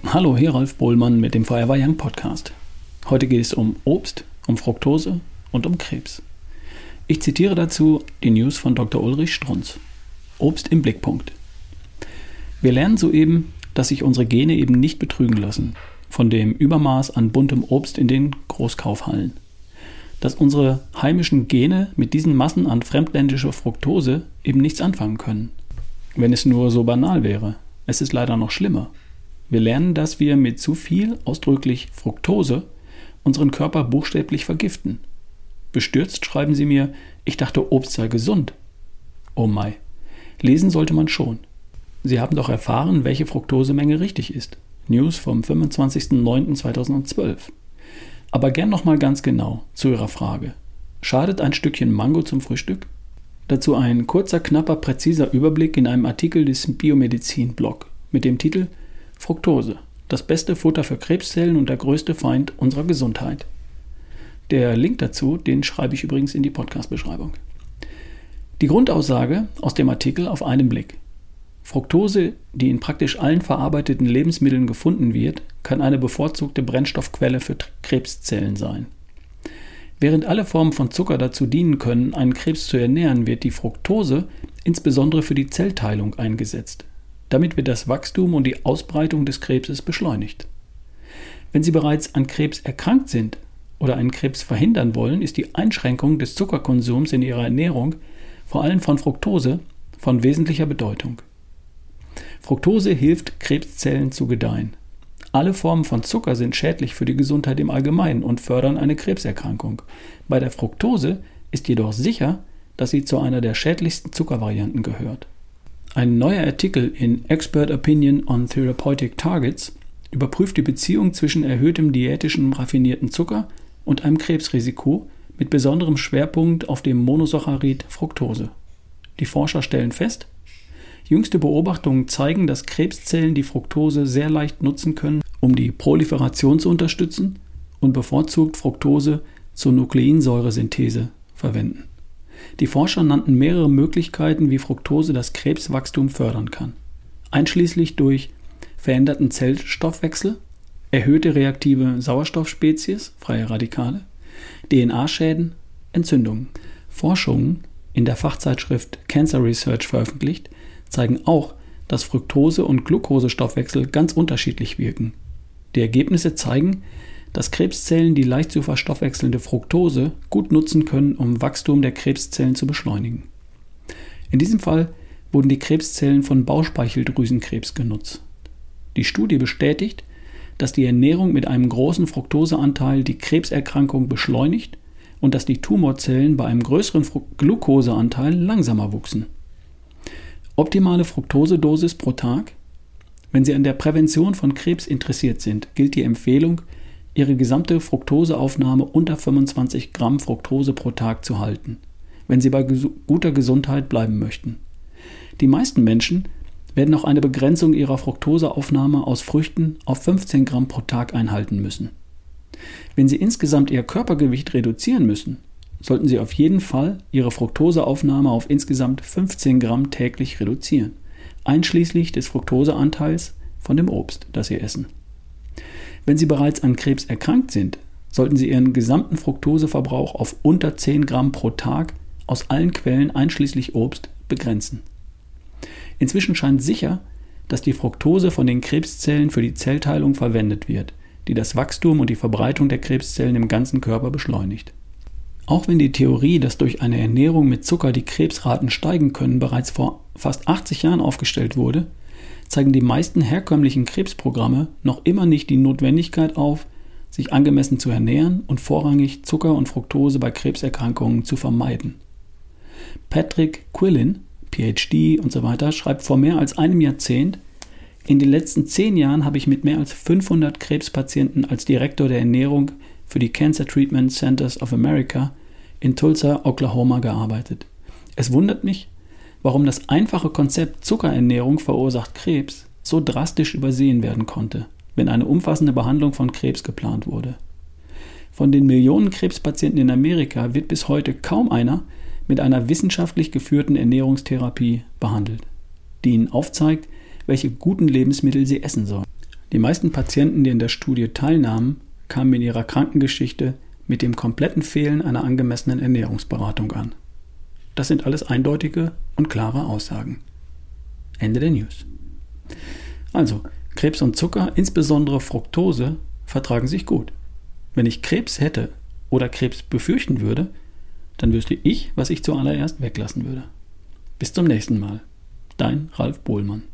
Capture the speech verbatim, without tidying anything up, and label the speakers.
Speaker 1: Hallo, hier Ralf Bohlmann mit dem Forever Young Podcast. Heute geht es um Obst, um Fructose und um Krebs. Ich zitiere dazu die News von Doktor Ulrich Strunz. Obst im Blickpunkt. Wir lernen soeben, dass sich unsere Gene eben nicht betrügen lassen von dem Übermaß an buntem Obst in den Großkaufhallen. Dass unsere heimischen Gene mit diesen Massen an fremdländischer Fructose eben nichts anfangen können. Wenn es nur so banal wäre. Es ist leider noch schlimmer. Wir lernen, dass wir mit zu viel, ausdrücklich Fructose, unseren Körper buchstäblich vergiften. Bestürzt schreiben sie mir, ich dachte, Obst sei gesund. Oh mei, lesen sollte man schon. Sie haben doch erfahren, welche Fructosemenge richtig ist. News vom fünfundzwanzigsten neunten zweitausendzwölf. Aber gern nochmal ganz genau zu Ihrer Frage. Schadet ein Stückchen Mango zum Frühstück? Dazu ein kurzer, knapper, präziser Überblick in einem Artikel des Biomedizin-Blog mit dem Titel Fructose, das beste Futter für Krebszellen und der größte Feind unserer Gesundheit. Der Link dazu, den schreibe ich übrigens in die Podcast-Beschreibung. Die Grundaussage aus dem Artikel auf einen Blick. Fructose, die in praktisch allen verarbeiteten Lebensmitteln gefunden wird, kann eine bevorzugte Brennstoffquelle für Krebszellen sein. Während alle Formen von Zucker dazu dienen können, einen Krebs zu ernähren, wird die Fructose insbesondere für die Zellteilung eingesetzt. Damit wird das Wachstum und die Ausbreitung des Krebses beschleunigt. Wenn Sie bereits an Krebs erkrankt sind oder einen Krebs verhindern wollen, ist die Einschränkung des Zuckerkonsums in Ihrer Ernährung, vor allem von Fructose, von wesentlicher Bedeutung. Fructose hilft, Krebszellen zu gedeihen. Alle Formen von Zucker sind schädlich für die Gesundheit im Allgemeinen und fördern eine Krebserkrankung. Bei der Fructose ist jedoch sicher, dass sie zu einer der schädlichsten Zuckervarianten gehört. Ein neuer Artikel in Expert Opinion on Therapeutic Targets überprüft die Beziehung zwischen erhöhtem diätischem raffinierten Zucker und einem Krebsrisiko mit besonderem Schwerpunkt auf dem Monosaccharid Fructose. Die Forscher stellen fest, jüngste Beobachtungen zeigen, dass Krebszellen die Fructose sehr leicht nutzen können, um die Proliferation zu unterstützen und bevorzugt Fructose zur Nukleinsäuresynthese verwenden. Die Forscher nannten mehrere Möglichkeiten, wie Fructose das Krebswachstum fördern kann, einschließlich durch veränderten Zellstoffwechsel, erhöhte reaktive Sauerstoffspezies, freie Radikale, D N A-Schäden, Entzündungen. Forschungen in der Fachzeitschrift Cancer Research veröffentlicht, zeigen auch, dass Fructose- und Glukosestoffwechsel ganz unterschiedlich wirken. Die Ergebnisse zeigen, dass Krebszellen die leicht zu verstoffwechselnde Fructose gut nutzen können, um Wachstum der Krebszellen zu beschleunigen. In diesem Fall wurden die Krebszellen von Bauchspeicheldrüsenkrebs genutzt. Die Studie bestätigt, dass die Ernährung mit einem großen Fructoseanteil die Krebserkrankung beschleunigt und dass die Tumorzellen bei einem größeren Glukoseanteil langsamer wuchsen. Optimale Fructosedosis pro Tag? Wenn Sie an der Prävention von Krebs interessiert sind, gilt die Empfehlung, Ihre gesamte Fructoseaufnahme unter fünfundzwanzig Gramm Fructose pro Tag zu halten, wenn Sie bei ges- guter Gesundheit bleiben möchten. Die meisten Menschen werden auch eine Begrenzung ihrer Fructoseaufnahme aus Früchten auf fünfzehn Gramm pro Tag einhalten müssen. Wenn Sie insgesamt Ihr Körpergewicht reduzieren müssen, sollten Sie auf jeden Fall Ihre Fructoseaufnahme auf insgesamt fünfzehn Gramm täglich reduzieren, einschließlich des Fructoseanteils von dem Obst, das Sie essen. Wenn Sie bereits an Krebs erkrankt sind, sollten Sie Ihren gesamten Fructoseverbrauch auf unter zehn Gramm pro Tag aus allen Quellen einschließlich Obst begrenzen. Inzwischen scheint sicher, dass die Fructose von den Krebszellen für die Zellteilung verwendet wird, die das Wachstum und die Verbreitung der Krebszellen im ganzen Körper beschleunigt. Auch wenn die Theorie, dass durch eine Ernährung mit Zucker die Krebsraten steigen können, bereits vor fast achtzig Jahren aufgestellt wurde, zeigen die meisten herkömmlichen Krebsprogramme noch immer nicht die Notwendigkeit auf, sich angemessen zu ernähren und vorrangig Zucker und Fructose bei Krebserkrankungen zu vermeiden. Patrick Quillin, P H D und so weiter, schreibt vor mehr als einem Jahrzehnt, in den letzten zehn Jahren habe ich mit mehr als fünfhundert Krebspatienten als Direktor der Ernährung für die Cancer Treatment Centers of America in Tulsa, Oklahoma gearbeitet. Es wundert mich, warum das einfache Konzept Zuckerernährung verursacht Krebs so drastisch übersehen werden konnte, wenn eine umfassende Behandlung von Krebs geplant wurde. Von den Millionen Krebspatienten in Amerika wird bis heute kaum einer mit einer wissenschaftlich geführten Ernährungstherapie behandelt, die ihnen aufzeigt, welche guten Lebensmittel sie essen sollen. Die meisten Patienten, die in der Studie teilnahmen, kamen in ihrer Krankengeschichte mit dem kompletten Fehlen einer angemessenen Ernährungsberatung an. Das sind alles eindeutige und klare Aussagen. Ende der News. Also, Krebs und Zucker, insbesondere Fructose, vertragen sich gut. Wenn ich Krebs hätte oder Krebs befürchten würde, dann wüsste ich, was ich zuallererst weglassen würde. Bis zum nächsten Mal. Dein Ralf Bohlmann.